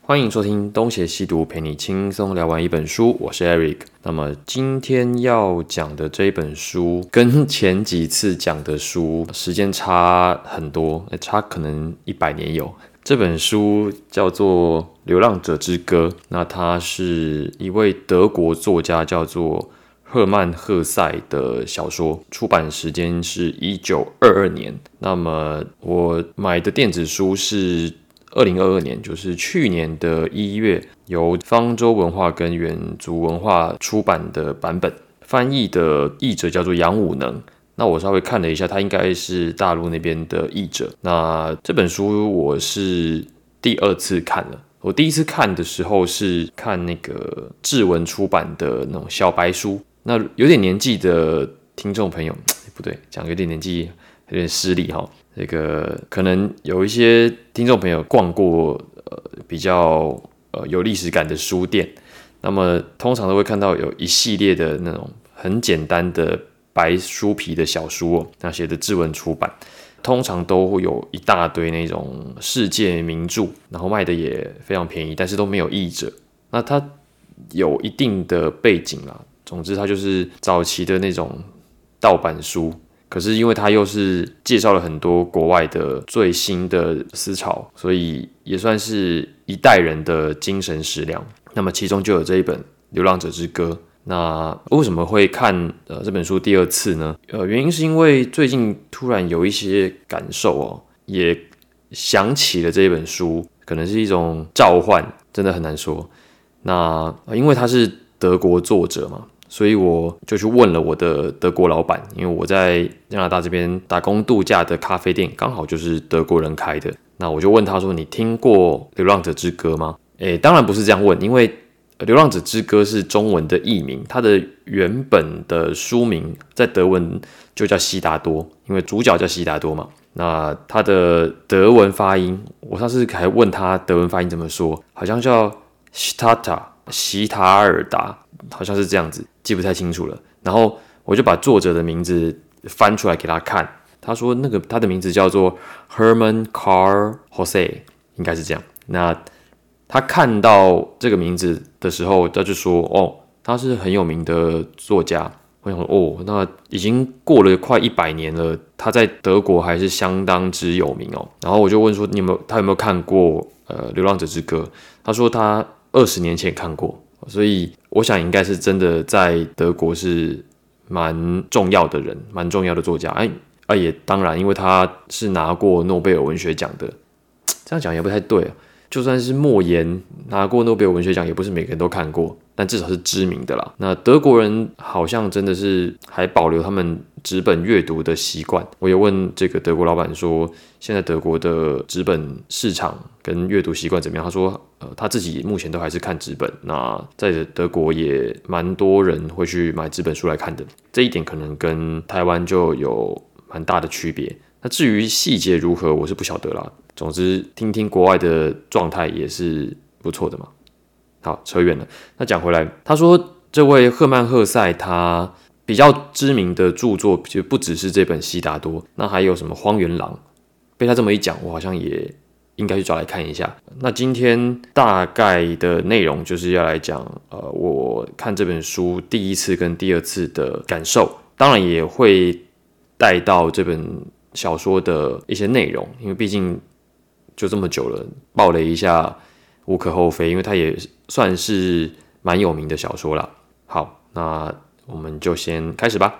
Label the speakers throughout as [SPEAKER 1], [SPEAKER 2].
[SPEAKER 1] 欢迎收听东邪西毒，陪你轻松聊完一本书。我是 Eric。那么今天要讲的这一本书，跟前几次讲的书时间差很多，差可能100年有。这本书叫做《流浪者之歌》，那它是一位德国作家叫做赫曼·赫塞的小说，出版时间是1922年。那么我买的电子书是2022年，就是去年的1月，由方舟文化跟远足文化出版的版本，翻译的译者叫做杨武能。那我稍微看了一下，他应该是大陆那边的译者。那这本书我是第2次看了，我第1次看的时候是看那个志文出版的那种小白书。那有点年纪的听众朋友，不对，讲有点年纪有点失礼哈。这个可能有一些听众朋友逛过比较有历史感的书店，那么通常都会看到有一系列的那种很简单的白书皮的小书哦，那写的志文出版，通常都会有一大堆那种世界名著，然后卖的也非常便宜，但是都没有译者。那它有一定的背景啦，总之它就是早期的那种盗版书。可是因为他又是介绍了很多国外的最新的思潮，所以也算是一代人的精神食粮。那么其中就有这一本《流浪者之歌》。那为什么会看这本书第2次呢？原因是因为最近突然有一些感受哦，也想起了这一本书，可能是一种召唤，真的很难说。那因为他是德国作者嘛，所以我就去问了我的德国老板，因为我在加拿大这边打工度假的咖啡店刚好就是德国人开的。那我就问他说：“你听过《流浪者之歌》吗？”当然不是这样问，因为《流浪者之歌》是中文的译名，它的原本的书名在德文就叫悉达多，因为主角叫悉达多嘛。那他的德文发音，我上次还问他德文发音怎么说，好像叫希塔尔达，好像是这样子，记不太清楚了。然后我就把作者的名字翻出来给他看，他说他的名字叫做 Herman Karl Jose， 应该是这样。那他看到这个名字的时候，他就说：“哦，他是很有名的作家。”我想说：“哦，那已经过了快100年了，他在德国还是相当之有名哦。”然后我就问说：“他有没有看过《流浪者之歌》？”他说他20年前看过，所以我想应该是真的在德国是蛮重要的人，蛮重要的作家。也当然，因为他是拿过诺贝尔文学奖的，这样讲也不太对啊。就算是莫言拿过诺贝尔文学奖，也不是每个人都看过，但至少是知名的啦。那德国人好像真的是还保留他们纸本阅读的习惯。我也问这个德国老板说，现在德国的纸本市场跟阅读习惯怎么样？他说，他自己目前都还是看纸本。那在德国也蛮多人会去买纸本书来看的，这一点可能跟台湾就有蛮大的区别。那至于细节如何，我是不晓得啦。总之，听听国外的状态也是不错的嘛。好，扯远了。那讲回来，他说这位赫曼·赫塞他比较知名的著作就不只是这本《悉达多》，那还有什么《荒原狼》。被他这么一讲，我好像也应该去找来看一下。那今天大概的内容就是要来讲，我看这本书第1次跟第2次的感受，当然也会带到这本小说的一些内容，因为毕竟就这么久了，爆雷一下无可厚非，因为它也算是蛮有名的小说啦。好，那我们就先开始吧。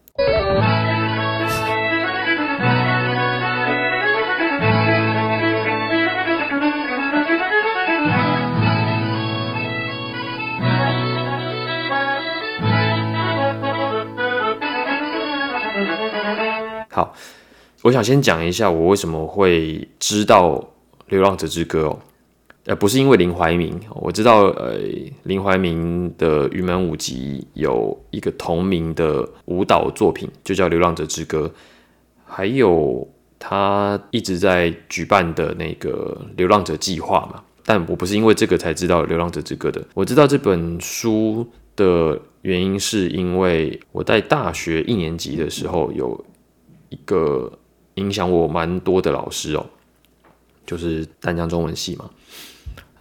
[SPEAKER 1] 好，我想先讲一下我为什么会知道《流浪者之歌》哦。不是因为林怀民，我知道林怀民的云门舞集有一个同名的舞蹈作品，就叫《流浪者之歌》，还有他一直在举办的那个流浪者计划嘛。但我不是因为这个才知道《流浪者之歌》的，我知道这本书的原因是因为我在大学1年级的时候有一个影响我蛮多的老师哦，就是淡江中文系嘛。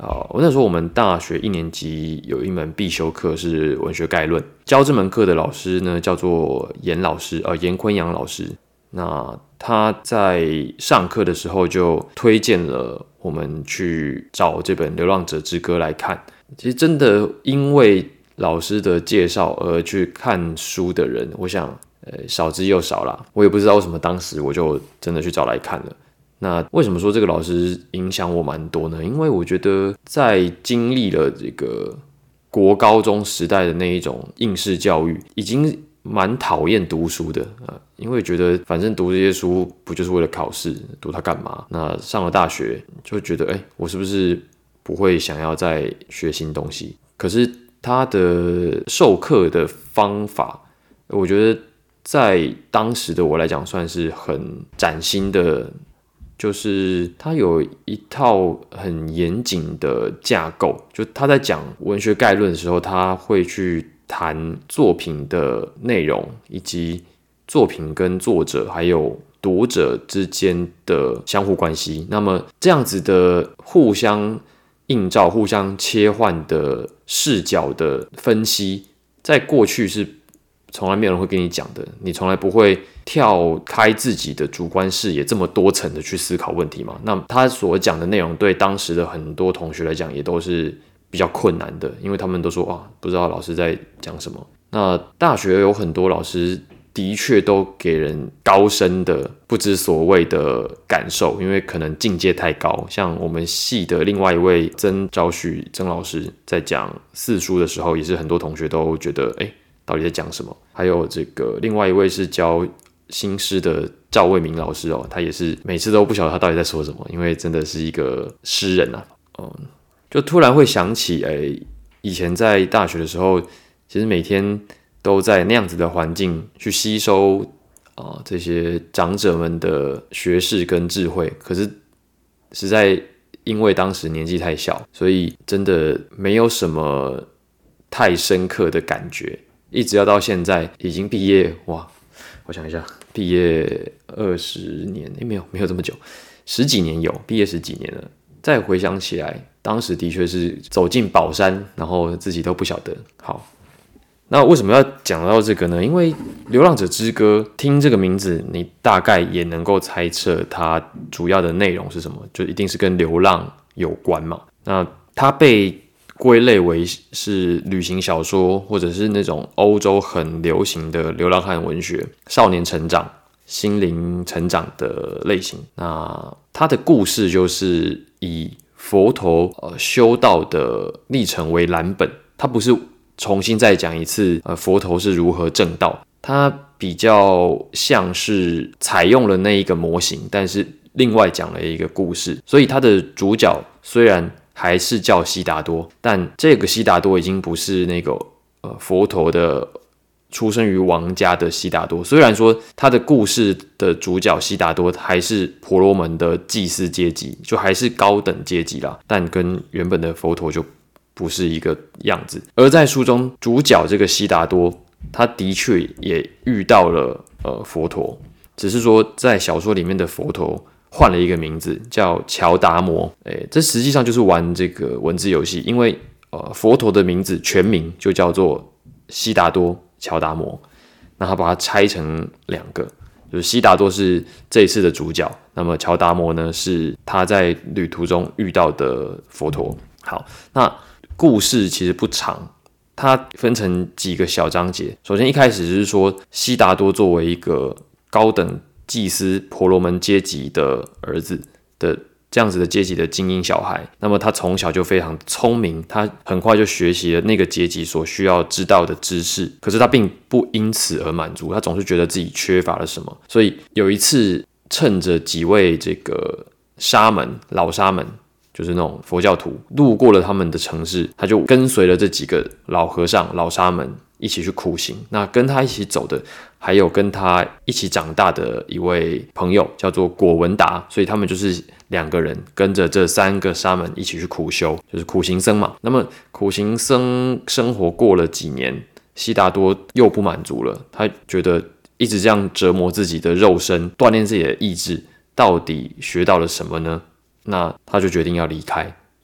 [SPEAKER 1] 那时候我们大学1年级有一门必修课是文学概论，教这门课的老师呢叫做严老师，严坤阳老师。那他在上课的时候就推荐了我们去找这本《流浪者之歌》来看。其实真的因为老师的介绍而去看书的人，我想少之又少啦。我也不知道为什么当时我就真的去找来看了。那为什么说这个老师影响我蛮多呢？因为我觉得在经历了这个国高中时代的那一种应试教育，已经蛮讨厌读书的因为觉得反正读这些书不就是为了考试，读它干嘛？那上了大学就觉得我是不是不会想要再学新东西？可是他的授课的方法，我觉得在当时的我来讲算是很崭新的。就是他有一套很严谨的架构，就他在讲文学概论的时候，他会去谈作品的内容，以及作品跟作者还有读者之间的相互关系。那么这样子的互相映照、互相切换的视角的分析，在过去是从来没有人会跟你讲的，你从来不会跳开自己的主观视野这么多层的去思考问题嘛。那他所讲的内容对当时的很多同学来讲也都是比较困难的，因为他们都说不知道老师在讲什么。那大学有很多老师的确都给人高深的不知所谓的感受，因为可能境界太高。像我们系的另外一位曾昭旭曾老师在讲四书的时候，也是很多同学都觉得到底在讲什么？还有这个另外一位是教新诗的赵卫民老师他也是每次都不晓得他到底在说什么，因为真的是一个诗人就突然会想起以前在大学的时候，其实每天都在那样子的环境去吸收这些长者们的学识跟智慧，可是实在因为当时年纪太小，所以真的没有什么太深刻的感觉。一直要到现在已经毕业，我想一下，毕业20年，没有这么久，10几年有，毕业10几年了。再回想起来，当时的确是走进宝山，然后自己都不晓得。好，那为什么要讲到这个呢？因为《流浪者之歌》听这个名字，你大概也能够猜测它主要的内容是什么，就一定是跟流浪有关嘛。那它被归类为是旅行小说，或者是那种欧洲很流行的流浪汉文学、少年成长、心灵成长的类型。那它的故事就是以佛陀修道的历程为蓝本，它不是重新再讲一次佛陀是如何证道，它比较像是采用了那一个模型，但是另外讲了一个故事。所以它的主角虽然还是叫悉达多，但这个悉达多已经不是那个佛陀的出生于王家的悉达多。虽然说他的故事的主角悉达多还是婆罗门的祭司阶级，就还是高等阶级啦，但跟原本的佛陀就不是一个样子。而在书中，主角这个悉达多，他的确也遇到了佛陀，只是说在小说里面的佛陀换了一个名字，叫乔达摩。这实际上就是玩这个文字游戏，因为佛陀的名字全名就叫做悉达多乔达摩，那他把它拆成2个，就是悉达多是这一次的主角，那么乔达摩呢是他在旅途中遇到的佛陀。好，那故事其实不长，它分成几个小章节。首先一开始就是说，悉达多作为一个高等祭司婆罗门阶级的儿子的这样子的阶级的精英小孩，那么他从小就非常聪明，他很快就学习了那个阶级所需要知道的知识。可是他并不因此而满足，他总是觉得自己缺乏了什么。所以有一次，趁着几位这个老沙门，就是那种佛教徒路过了他们的城市，他就跟随了这几个老和尚、老沙门一起去苦行。那跟他一起走的还有跟他一起长大的一位朋友，叫做果文达，所以他们就是2个人跟着这3个沙门一起去苦修，就是苦行僧嘛。那么苦行僧生活过了几年，悉达多又不满足了，他觉得一直这样折磨自己的肉身，锻炼自己的意志，到底学到了什么呢？那他就决定要离开。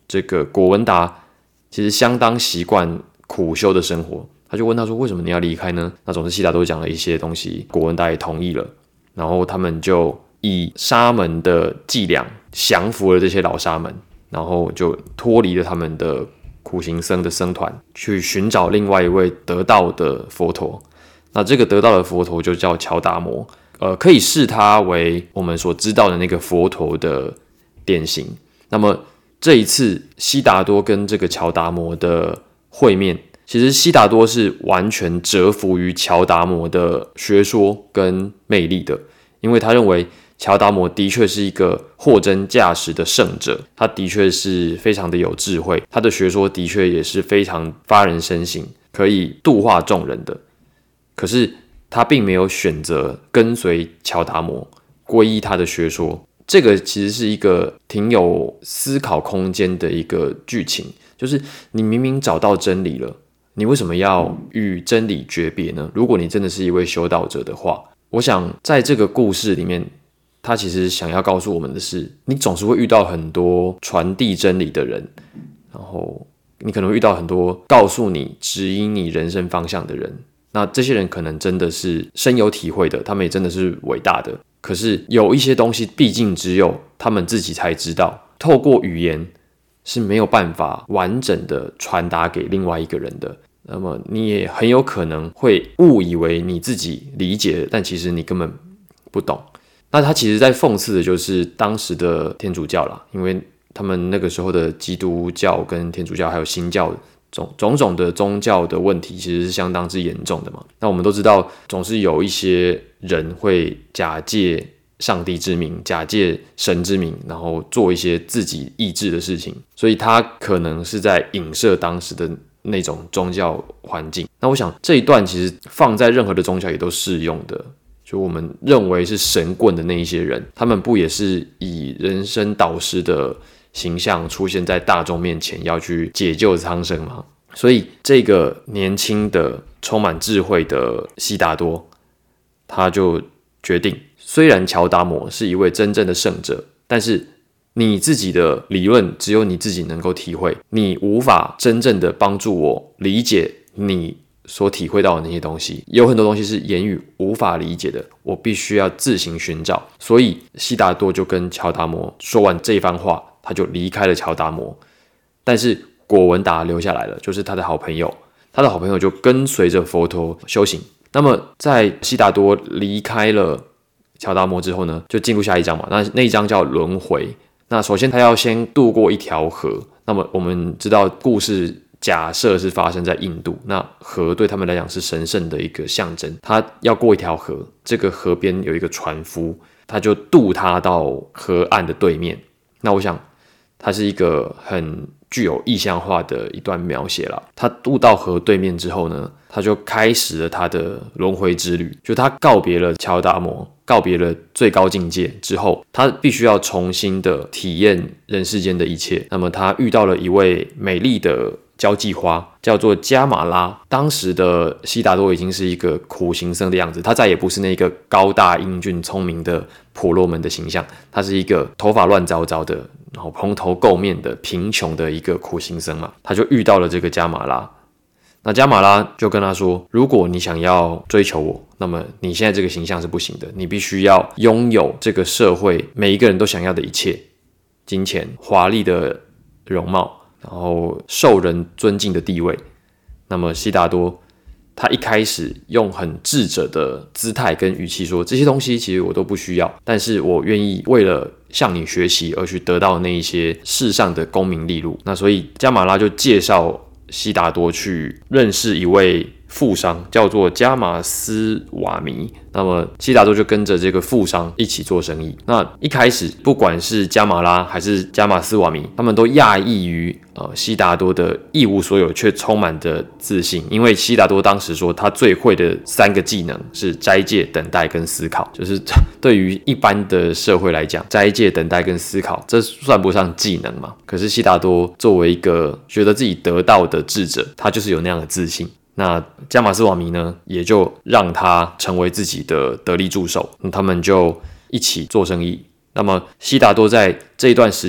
[SPEAKER 1] 这个果文达其实相当习惯苦修的生活，他就问他说：“为什么你要离开呢？”那总之悉达多讲了一些东西，果文达也同意了，然后他们就以沙门的伎俩降服了这些老沙门，然后就脱离了他们的苦行僧的僧团，去寻找另外一位得道的佛陀。那这个得道的佛陀就叫乔达摩，可以视他为我们所知道的那个佛陀的典型。那么这一次悉达多跟这个乔达摩的会面，其实悉达多是完全折服于乔达摩的学说跟魅力的，因为他认为乔达摩的确是一个货真价实的圣者，他的确是非常的有智慧，他的学说的确也是非常发人深省，可以度化众人的。可是他并没有选择跟随乔达摩，皈依他的学说。这个其实是一个挺有思考空间的一个剧情，就是你明明找到真理了，你为什么要与真理诀别呢？如果你真的是一位修道者的话，我想在这个故事里面，他其实想要告诉我们的是，你总是会遇到很多传递真理的人，然后你可能会遇到很多告诉你、指引你人生方向的人。那这些人可能真的是深有体会的，他们也真的是伟大的。可是有一些东西，毕竟只有他们自己才知道，透过语言是没有办法完整的传达给另外一个人的。那么你也很有可能会误以为你自己理解了，但其实你根本不懂。那他其实在讽刺的就是当时的天主教啦，因为他们那个时候的基督教跟天主教还有新教种种的宗教的问题其实是相当之严重的嘛。那我们都知道，总是有一些人会假借上帝之名，假借神之名，然后做一些自己意志的事情，所以他可能是在影射当时的那种宗教环境。那我想这一段其实放在任何的宗教也都适用的，就我们认为是神棍的那一些人，他们不也是以人生导师的形象出现在大众面前，要去解救苍生吗？所以这个年轻的充满智慧的悉达多，他就决定，虽然乔达摩是一位真正的圣者，但是你自己的理论只有你自己能够体会，你无法真正的帮助我理解你所体会到的那些东西，有很多东西是言语无法理解的，我必须要自行寻找。所以悉达多就跟乔达摩说完这一番话，他就离开了乔达摩。但是果文达留下来了，就是他的好朋友，他的好朋友就跟随着佛陀修行。那么在悉达多离开了乔达摩之后呢，就进入下一章嘛，那一章叫轮回。那首先他要先渡过一条河，那么我们知道故事假设是发生在印度，那河对他们来讲是神圣的一个象征。他要过一条河，这个河边有一个船夫，他就渡他到河岸的对面。那我想它是一个很具有意象化的一段描写啦。他渡到河对面之后呢，他就开始了他的轮回之旅，就他告别了乔达摩，告别了最高境界之后，他必须要重新的体验人世间的一切。那么他遇到了一位美丽的交际花，叫做加玛拉。当时的悉达多已经是一个苦行僧的样子，他再也不是那个高大英俊聪明的婆罗门的形象，他是一个头发乱糟糟的，然后蓬头垢面的贫穷的一个苦行僧嘛。他就遇到了这个加玛拉，那加玛拉就跟他说，如果你想要追求我，那么你现在这个形象是不行的，你必须要拥有这个社会每一个人都想要的一切，金钱、华丽的容貌，然后受人尊敬的地位。那么悉达多他一开始用很智者的姿态跟语气说，这些东西其实我都不需要，但是我愿意为了向你学习而去得到那一些世上的功名利禄。那所以加玛拉就介绍悉达多去认识一位富商，叫做加马斯瓦弥。那么悉达多就跟着这个富商一起做生意。那一开始不管是加玛拉还是加马斯瓦弥，他们都讶异于悉达多的一无所有却充满着自信。因为悉达多当时说他最会的3个技能是斋戒、等待跟思考，就是对于一般的社会来讲，斋戒、等待跟思考这算不上技能嘛。可是悉达多作为一个觉得自己得道的智者，他就是有那样的自信。那加马斯瓦弥呢，也就让他成为自己的得力助手，他们就一起做生意。那么悉达多在这一段时间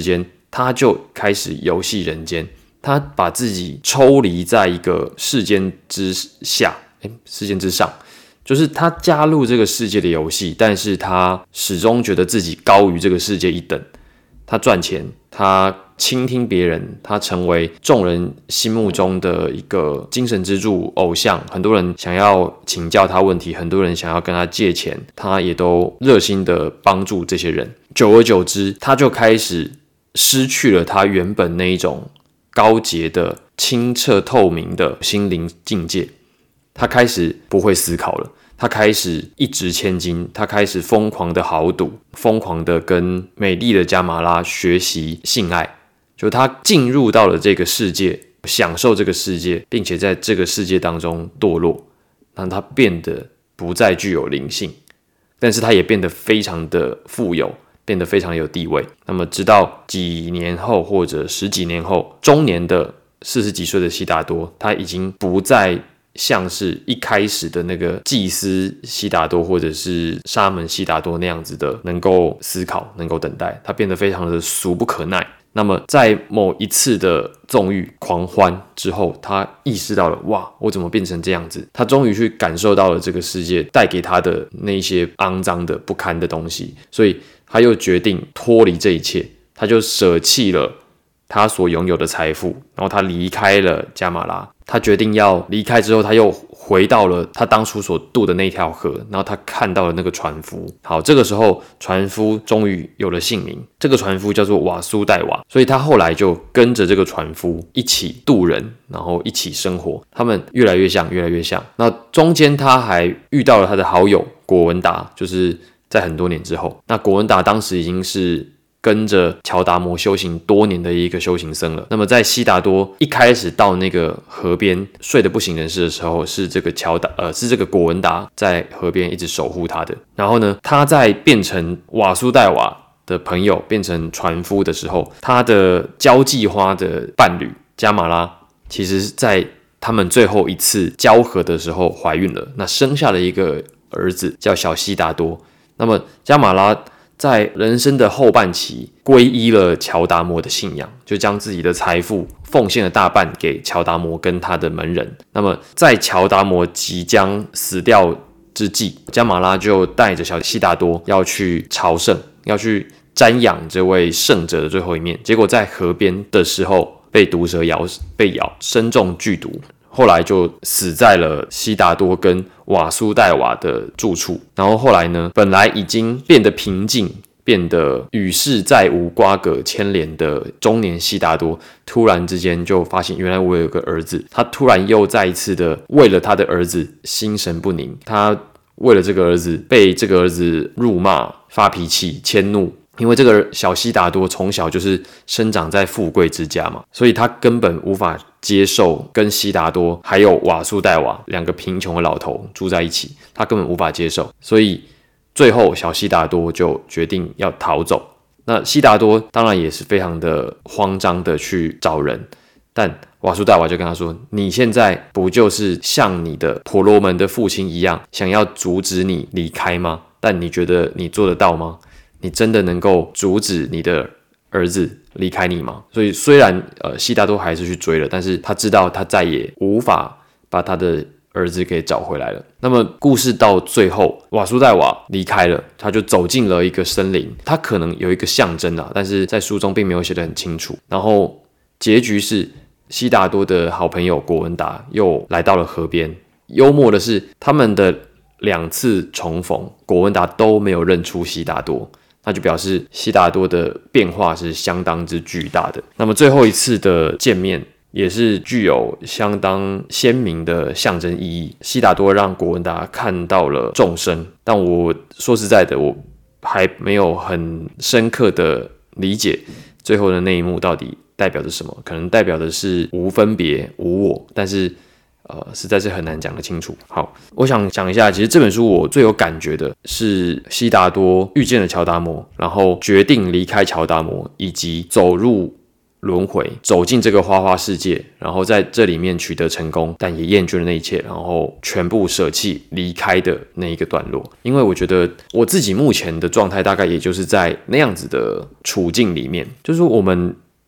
[SPEAKER 1] 他就开始游戏人间，他把自己抽离在一个世间之下，世间之上，就是他加入这个世界的游戏，但是他始终觉得自己高于这个世界一等。他赚钱，他倾听别人，他成为众人心目中的一个精神支柱、偶像。很多人想要请教他问题，很多人想要跟他借钱，他也都热心的帮助这些人。久而久之，他就开始失去了他原本那一种高洁的、清澈透明的心灵境界。他开始不会思考了。他开始一掷千金，他开始疯狂的豪赌，疯狂的跟美丽的加玛拉学习性爱，就他进入到了这个世界，享受这个世界，并且在这个世界当中堕落，让他变得不再具有灵性，但是他也变得非常的富有，变得非常有地位。那么直到几年后或者十几年后，中年的40几岁的悉达多，他已经不再像是一开始的那个祭司悉达多或者是沙门悉达多那样子的能够思考，能够等待，他变得非常的俗不可耐。那么在某一次的纵欲狂欢之后，他意识到了，哇，我怎么变成这样子？他终于去感受到了这个世界带给他的那些肮脏的不堪的东西，所以他又决定脱离这一切，他就舍弃了他所拥有的财富，然后他离开了加玛拉。他决定要离开之后，他又回到了他当初所渡的那条河，然后他看到了那个船夫。好，这个时候船夫终于有了姓名，这个船夫叫做瓦苏代瓦，所以他后来就跟着这个船夫一起渡人，然后一起生活，他们越来越像，越来越像。那中间他还遇到了他的好友果文达，就是在很多年之后，那果文达当时已经是跟着乔达摩修行多年的一个修行僧了。那么在悉达多一开始到那个河边睡得不省人事的时候，是这个果文达在河边一直守护他的。然后呢，他在变成瓦苏代瓦的朋友，变成船夫的时候，他的交际花的伴侣加玛拉，其实在他们最后一次交合的时候怀孕了，那生下了一个儿子叫小悉达多。那么加玛拉在人生的后半期皈依了乔达摩的信仰，就将自己的财富奉献了大半给乔达摩跟他的门人。那么在乔达摩即将死掉之际，加玛拉就带着小悉达多要去朝圣，要去瞻仰这位圣者的最后一面。结果在河边的时候被毒蛇被咬，身中剧毒，后来就死在了悉达多跟瓦苏代瓦的住处。然后后来呢，本来已经变得平静，变得与世再无瓜葛牵连的中年悉达多，突然之间就发现，原来我有个儿子。他突然又再一次的为了他的儿子心神不宁，他为了这个儿子被这个儿子辱骂、发脾气、迁怒。因为这个小悉达多从小就是生长在富贵之家嘛，所以他根本无法接受跟悉达多还有瓦苏代瓦两个贫穷的老头住在一起，他根本无法接受。所以最后小悉达多就决定要逃走。那悉达多当然也是非常的慌张的去找人，但瓦苏代瓦就跟他说，你现在不就是像你的婆罗门的父亲一样，想要阻止你离开吗？但你觉得你做得到吗？你真的能够阻止你的儿子离开你吗？所以虽然悉达多还是去追了，但是他知道他再也无法把他的儿子给找回来了。那么故事到最后，瓦苏代瓦离开了，他就走进了一个森林，他可能有一个象征啦，但是在书中并没有写得很清楚。然后结局是悉达多的好朋友果文达又来到了河边，幽默的是他们的2次重逢，果文达都没有认出悉达多，那就表示悉达多的变化是相当之巨大的。那么最后一次的见面也是具有相当鲜明的象征意义。悉达多让果文达看到了众生，但我说实在的，我还没有很深刻的理解最后的那一幕到底代表着什么，可能代表的是无分别、无我，但是实在是很难讲得清楚。好，我想讲一下，其实这本书我最有感觉的是悉达多遇见了乔达摩，然后决定离开乔达摩，以及走入轮回，走进这个花花世界，然后在这里面取得成功，但也厌倦了那一切，然后全部舍弃离开的那一个段落。因为我觉得我自己目前的状态大概也就是在那样子的处境里面，就是我们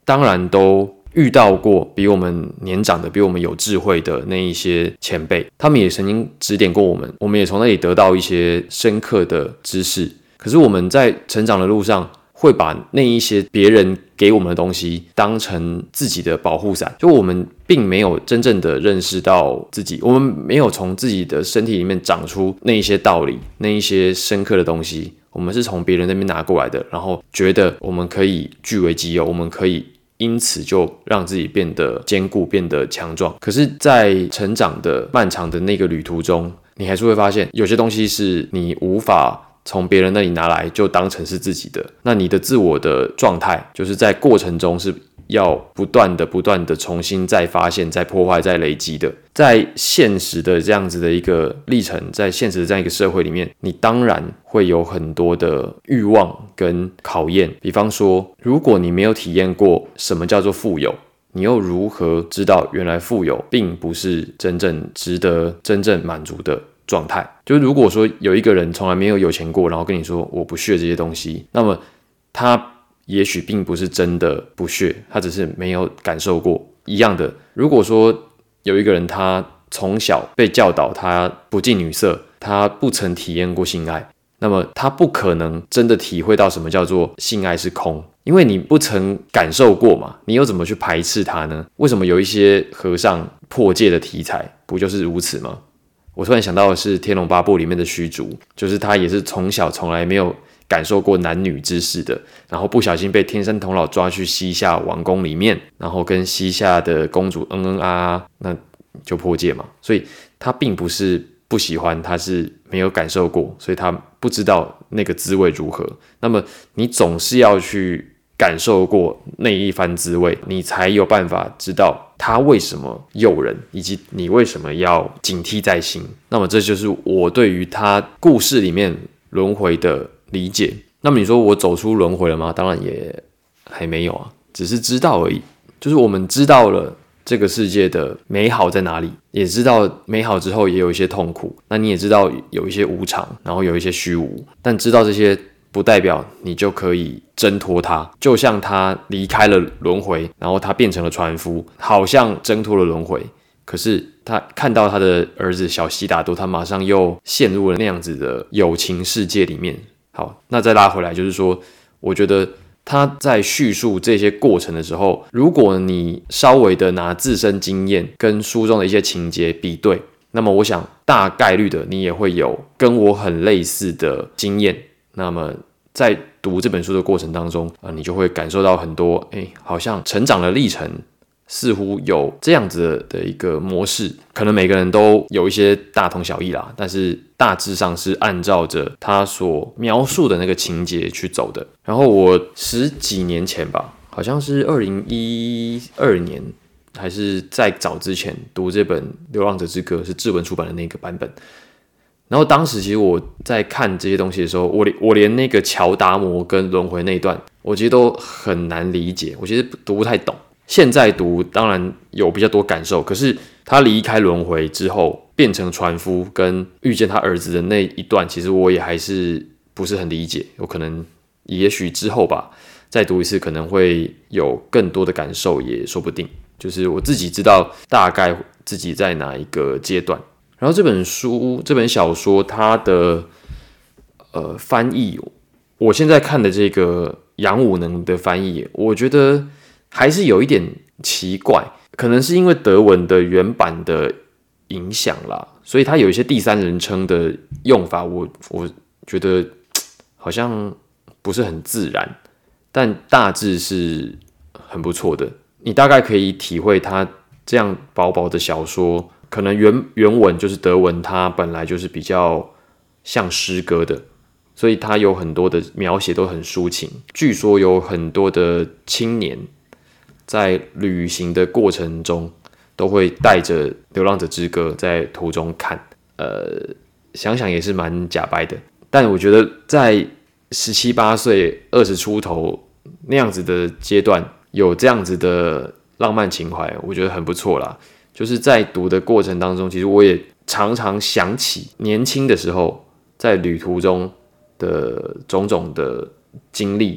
[SPEAKER 1] 当然都遇到过比我们年长的、比我们有智慧的那一些前辈，他们也曾经指点过我们，我们也从那里得到一些深刻的知识。可是我们在成长的路上，会把那一些别人给我们的东西当成自己的保护伞，就我们并没有真正的认识到自己，我们没有从自己的身体里面长出那一些道理，那一些深刻的东西，我们是从别人那边拿过来的，然后觉得我们可以据为己有，我们可以因此就让自己变得坚固，变得强壮。可是在成长的漫长的那个旅途中，你还是会发现有些东西是你无法从别人那里拿来就当成是自己的，那你的自我的状态就是在过程中是要不断的重新再发现、再破坏、再累积的。在现实的这样子的一个历程，在现实的这样一个社会里面，你当然会有很多的欲望跟考验。比方说，如果你没有体验过什么叫做富有，你又如何知道原来富有并不是真正值得真正满足的状态？就是如果说有一个人从来没有钱过，然后跟你说我不屑这些东西，那么他也许并不是真的不屑，他只是没有感受过。一样的，如果说有一个人他从小被教导他不近女色，他不曾体验过性爱，那么他不可能真的体会到什么叫做性爱是空，因为你不曾感受过嘛，你又怎么去排斥它呢？为什么有一些和尚破戒的题材不就是如此吗？我突然想到的是《天龙八部》里面的虚竹，就是他也是从小从来没有感受过男女之事的，然后不小心被天山童姥抓去西夏王宫里面，然后跟西夏的公主那就破戒嘛。所以他并不是不喜欢，他是没有感受过，所以他不知道那个滋味如何。那么你总是要去感受过那一番滋味，你才有办法知道它为什么诱人，以及你为什么要警惕在心。那么这就是我对于他故事里面轮回的理解。那么你说我走出轮回了吗？当然也还没有啊，只是知道而已。就是我们知道了这个世界的美好在哪里，也知道美好之后也有一些痛苦，那你也知道有一些无常，然后有一些虚无，但知道这些不代表你就可以挣脱它。就像他离开了轮回，然后他变成了船夫，好像挣脱了轮回，可是他看到他的儿子小悉达多，他马上又陷入了那样子的友情世界里面。好，那再拉回来，就是说我觉得他在叙述这些过程的时候，如果你稍微的拿自身经验跟书中的一些情节比对，那么我想大概率的你也会有跟我很类似的经验。那么在读这本书的过程当中，你就会感受到很多，好像成长的历程似乎有这样子的一个模式，可能每个人都有一些大同小异啦，但是大致上是按照着他所描述的那个情节去走的。然后我10几年前吧，好像是2012年还是再早之前读这本《流浪者之歌》，是志文出版的那个版本。然后当时其实我在看这些东西的时候，我连那个乔达摩跟轮回那一段，我其实都很难理解，我其实读不太懂。现在读当然有比较多感受，可是他离开轮回之后变成船夫跟遇见他儿子的那一段，其实我也还是不是很理解。有可能也许之后吧，再读一次可能会有更多的感受也说不定。就是我自己知道大概自己在哪一个阶段。然后这本小说它的翻译，我现在看的这个杨武能的翻译，我觉得还是有一点奇怪，可能是因为德文的原版的影响啦，所以它有一些第三人称的用法，我觉得好像不是很自然，但大致是很不错的。你大概可以体会它这样薄薄的小说，可能原文就是德文，它本来就是比较像诗歌的，所以它有很多的描写都很抒情。据说有很多的青年在旅行的过程中都会带着《流浪者之歌》在途中看，想想也是蛮假掰的。但我觉得在17、18岁、20出头那样子的阶段，有这样子的浪漫情怀，我觉得很不错啦。就是在读的过程当中，其实我也常常想起年轻的时候在旅途中的种种的经历，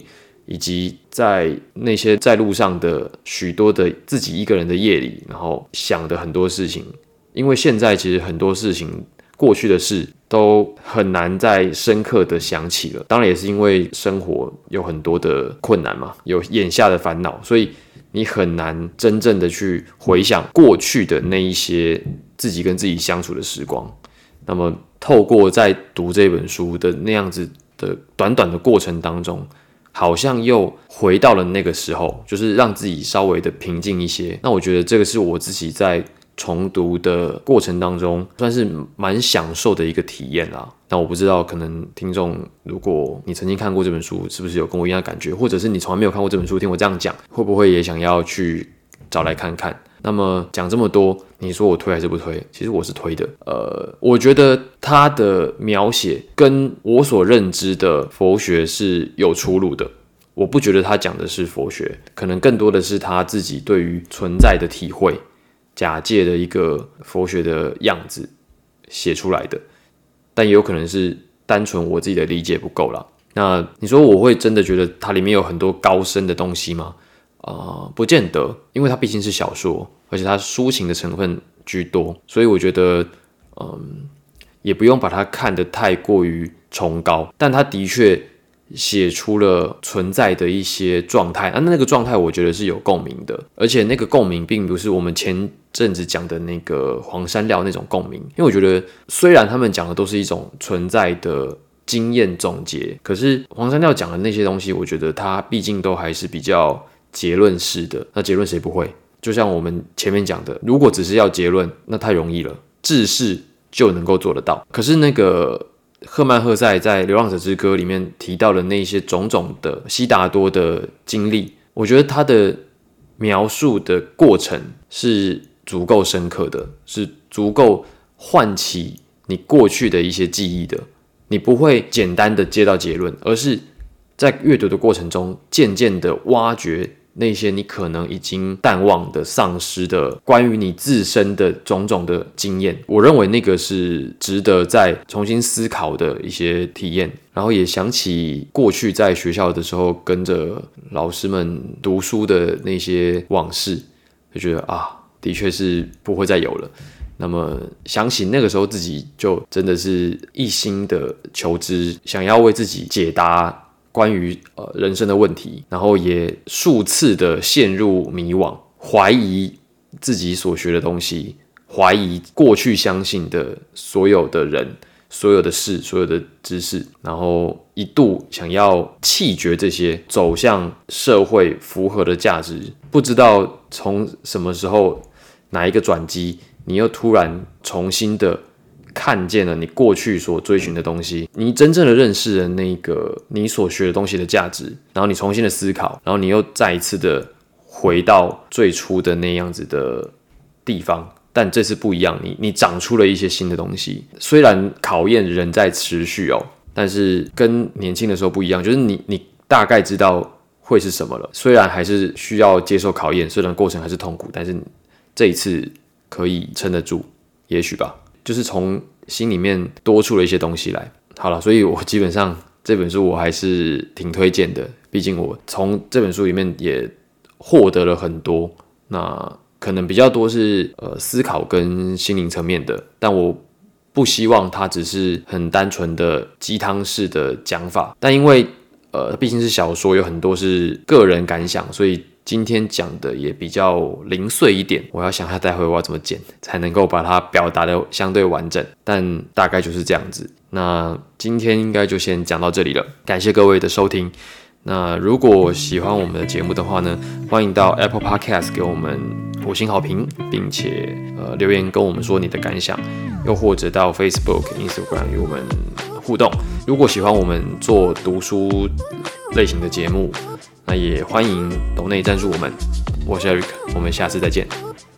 [SPEAKER 1] 以及在那些在路上的许多的自己一个人的夜里，然后想的很多事情。因为现在其实很多事情，过去的事都很难再深刻的想起了。当然也是因为生活有很多的困难嘛，有眼下的烦恼，所以你很难真正的去回想过去的那一些自己跟自己相处的时光。那么透过在读这本书的那样子的短短的过程当中，好像又回到了那个时候，就是让自己稍微的平静一些。那我觉得这个是我自己在重读的过程当中算是蛮享受的一个体验啦。那我不知道可能听众，如果你曾经看过这本书，是不是有跟我一样的感觉，或者是你从来没有看过这本书，听我这样讲，会不会也想要去找来看看？那么讲这么多，你说我推还是不推？其实我是推的。我觉得他的描写跟我所认知的佛学是有出入的。我不觉得他讲的是佛学，可能更多的是他自己对于存在的体会，假借的一个佛学的样子写出来的。但也有可能是单纯我自己的理解不够啦。那你说我会真的觉得它里面有很多高深的东西吗？不见得，因为它毕竟是小说，而且它抒情的成分居多，所以我觉得，也不用把它看得太过于崇高，但它的确写出了存在的一些状态，那个状态我觉得是有共鸣的，而且那个共鸣并不是我们前阵子讲的那个黄山料那种共鸣，因为我觉得虽然他们讲的都是一种存在的经验总结，可是黄山料讲的那些东西，我觉得它毕竟都还是比较结论式的。那结论谁不会？就像我们前面讲的，如果只是要结论，那太容易了，制式就能够做得到。可是那个赫曼·赫塞在《流浪者之歌》里面提到的那些种种的悉达多的经历，我觉得他的描述的过程是足够深刻的，是足够唤起你过去的一些记忆的。你不会简单的接到结论，而是在阅读的过程中渐渐的挖掘那些你可能已经淡忘的、丧失的关于你自身的种种的经验。我认为那个是值得再重新思考的一些体验。然后也想起过去在学校的时候跟着老师们读书的那些往事，就觉得的确是不会再有了。那么想起那个时候自己就真的是一心的求知，想要为自己解答关于人生的问题，然后也数次的陷入迷惘，怀疑自己所学的东西，怀疑过去相信的所有的人、所有的事、所有的知识，然后一度想要弃绝这些，走向社会符合的价值。不知道从什么时候哪一个转机，你又突然重新的看见了你过去所追寻的东西，你真正的认识了那个你所学的东西的价值，然后你重新的思考，然后你又再一次的回到最初的那样子的地方，但这次不一样，你长出了一些新的东西。虽然考验仍在持续但是跟年轻的时候不一样，就是你大概知道会是什么了，虽然还是需要接受考验，虽然过程还是痛苦，但是这一次可以撑得住，也许吧，就是从心里面多出了一些东西来。好了，所以我基本上这本书我还是挺推荐的，毕竟我从这本书里面也获得了很多，那可能比较多是思考跟心灵层面的，但我不希望它只是很单纯的鸡汤式的讲法，但因为毕竟是小说，有很多是个人感想，所以今天讲的也比较零碎一点，我要想下待会我要怎么剪才能够把它表达的相对完整，但大概就是这样子。那今天应该就先讲到这里了，感谢各位的收听。那如果喜欢我们的节目的话呢，欢迎到 Apple Podcast 给我们5星好评，并且留言跟我们说你的感想，又或者到 Facebook、Instagram 与我们互动。如果喜欢我们做读书类型的节目，那也欢迎抖内赞助我们。我是 Eric， 我们下次再见。